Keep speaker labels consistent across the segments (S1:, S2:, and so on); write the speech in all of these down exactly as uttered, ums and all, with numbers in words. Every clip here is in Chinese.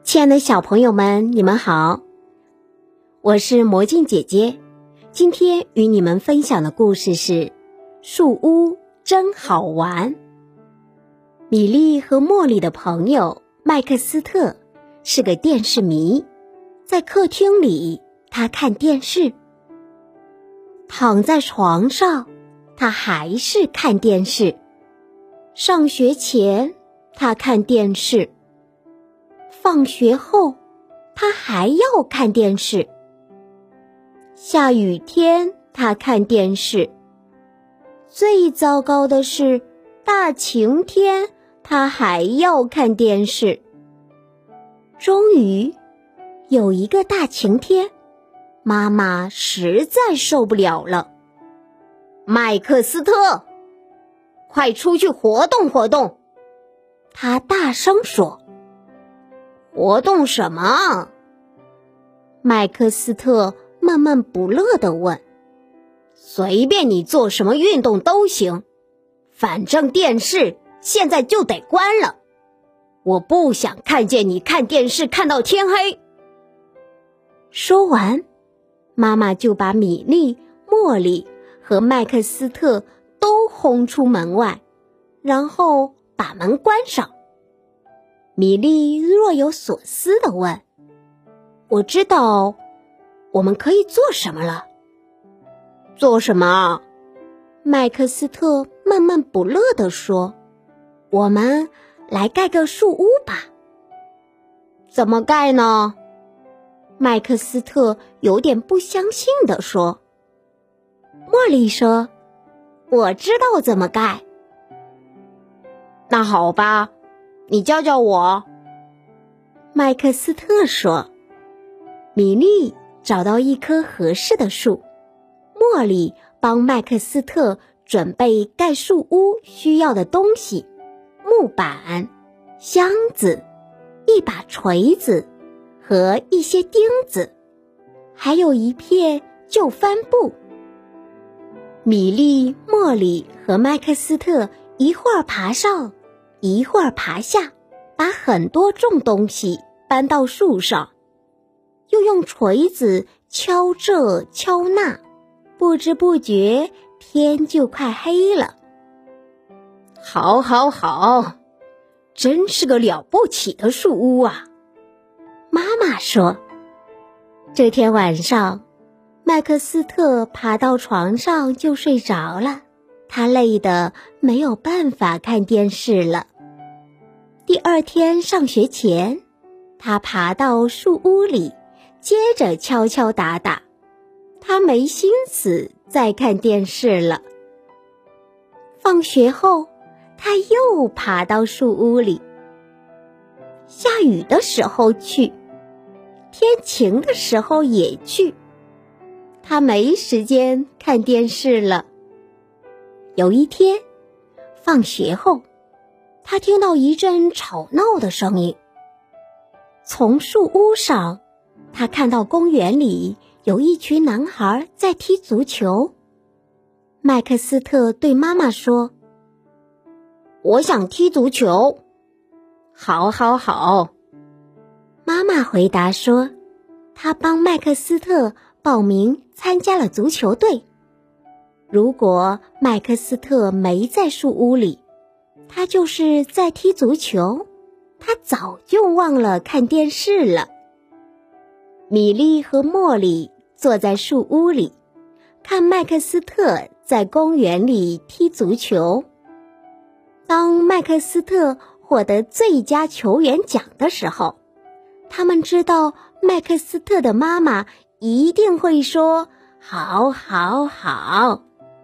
S1: 亲爱的小朋友们，你们好，我是魔镜姐姐。今天与你们分享的故事是树屋真好玩。米莉和茉莉的朋友麦克斯特是个电视迷，在客厅里他看电视，躺在床上他还是看电视，上学前他看电视，放学后他还要看电视，下雨天他看电视，最糟糕的是大晴天他还要看电视。终于有一个大晴天，妈妈实在受不了了，麦克斯特，快出去活动活动，她大声说。活动什么？麦克斯特闷闷不乐地问。随便你做什么运动都行，反正电视现在就得关了。我不想看见你看电视看到天黑。说完，妈妈就把米莉、茉莉和麦克斯特都轰出门外，然后把门关上。米莉若有所思地问，我知道我们可以做什么了。做什么？麦克斯特闷闷不乐地说，我们来盖个树屋吧。怎么盖呢？麦克斯特有点不相信地说。茉莉说，我知道怎么盖。那好吧，你教教我。麦克斯特说。米莉找到一棵合适的树，茉莉帮麦克斯特准备盖树屋需要的东西，木板、箱子、一把锤子和一些钉子，还有一片旧帆布。米莉、茉莉和麦克斯特一会儿爬上，一会儿爬下，把很多重东西搬到树上，又用锤子敲这敲那，不知不觉天就快黑了。好好好，真是个了不起的树屋啊，妈妈说。这天晚上，麦克斯特爬到床上就睡着了，他累得没有办法看电视了。第二天上学前，他爬到树屋里，接着敲敲打打，他没心思再看电视了。放学后，他又爬到树屋里，下雨的时候去，天晴的时候也去，他没时间看电视了。有一天，放学后，他听到一阵吵闹的声音。从树屋上，他看到公园里有一群男孩在踢足球。麦克斯特对妈妈说，我想踢足球。好好好，妈妈回答说，她帮麦克斯特报名参加了足球队。如果麦克斯特没在树屋里，他就是在踢足球，他早就忘了看电视了。米莉和茉莉坐在树屋里，看麦克斯特在公园里踢足球。当麦克斯特获得最佳球员奖的时候，他们知道麦克斯特的妈妈一定会说，好好好。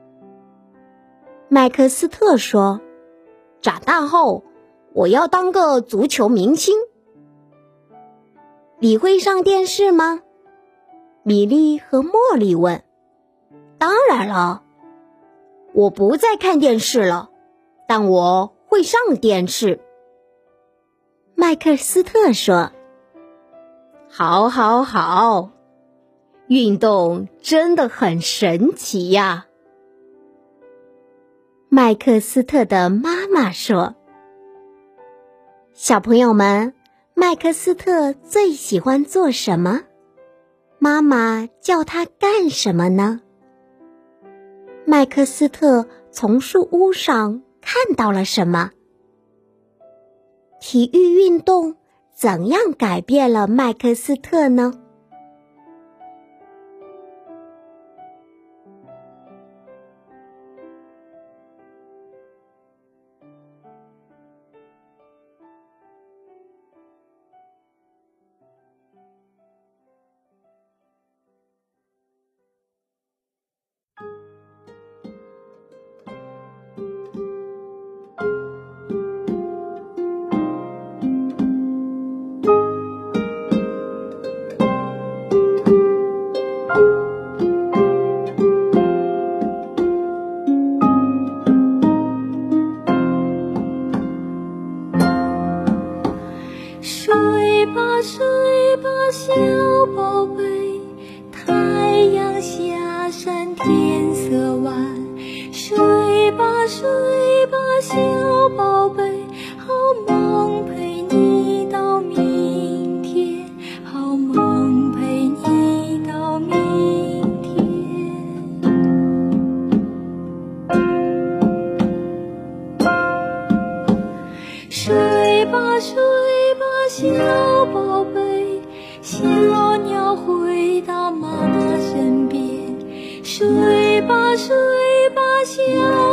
S1: 麦克斯特说，长大后我要当个足球明星。你会上电视吗？米莉和茉莉问。当然了，我不再看电视了，但我会上电视。麦克斯特说。好好好，运动真的很神奇呀。麦克斯特的妈妈说。小朋友们， 麦克斯特最喜欢做什么？妈妈叫他干什么呢？麦克斯特从树屋上看到了什么？体育运动怎样改变了麦克斯特呢？
S2: 睡吧睡吧小宝贝，太阳下山天色晚，睡吧睡吧小宝贝，好梦陪你到明天，好梦陪你到明天。睡吧睡吧小宝贝，小鸟回到妈妈身边，睡吧睡吧小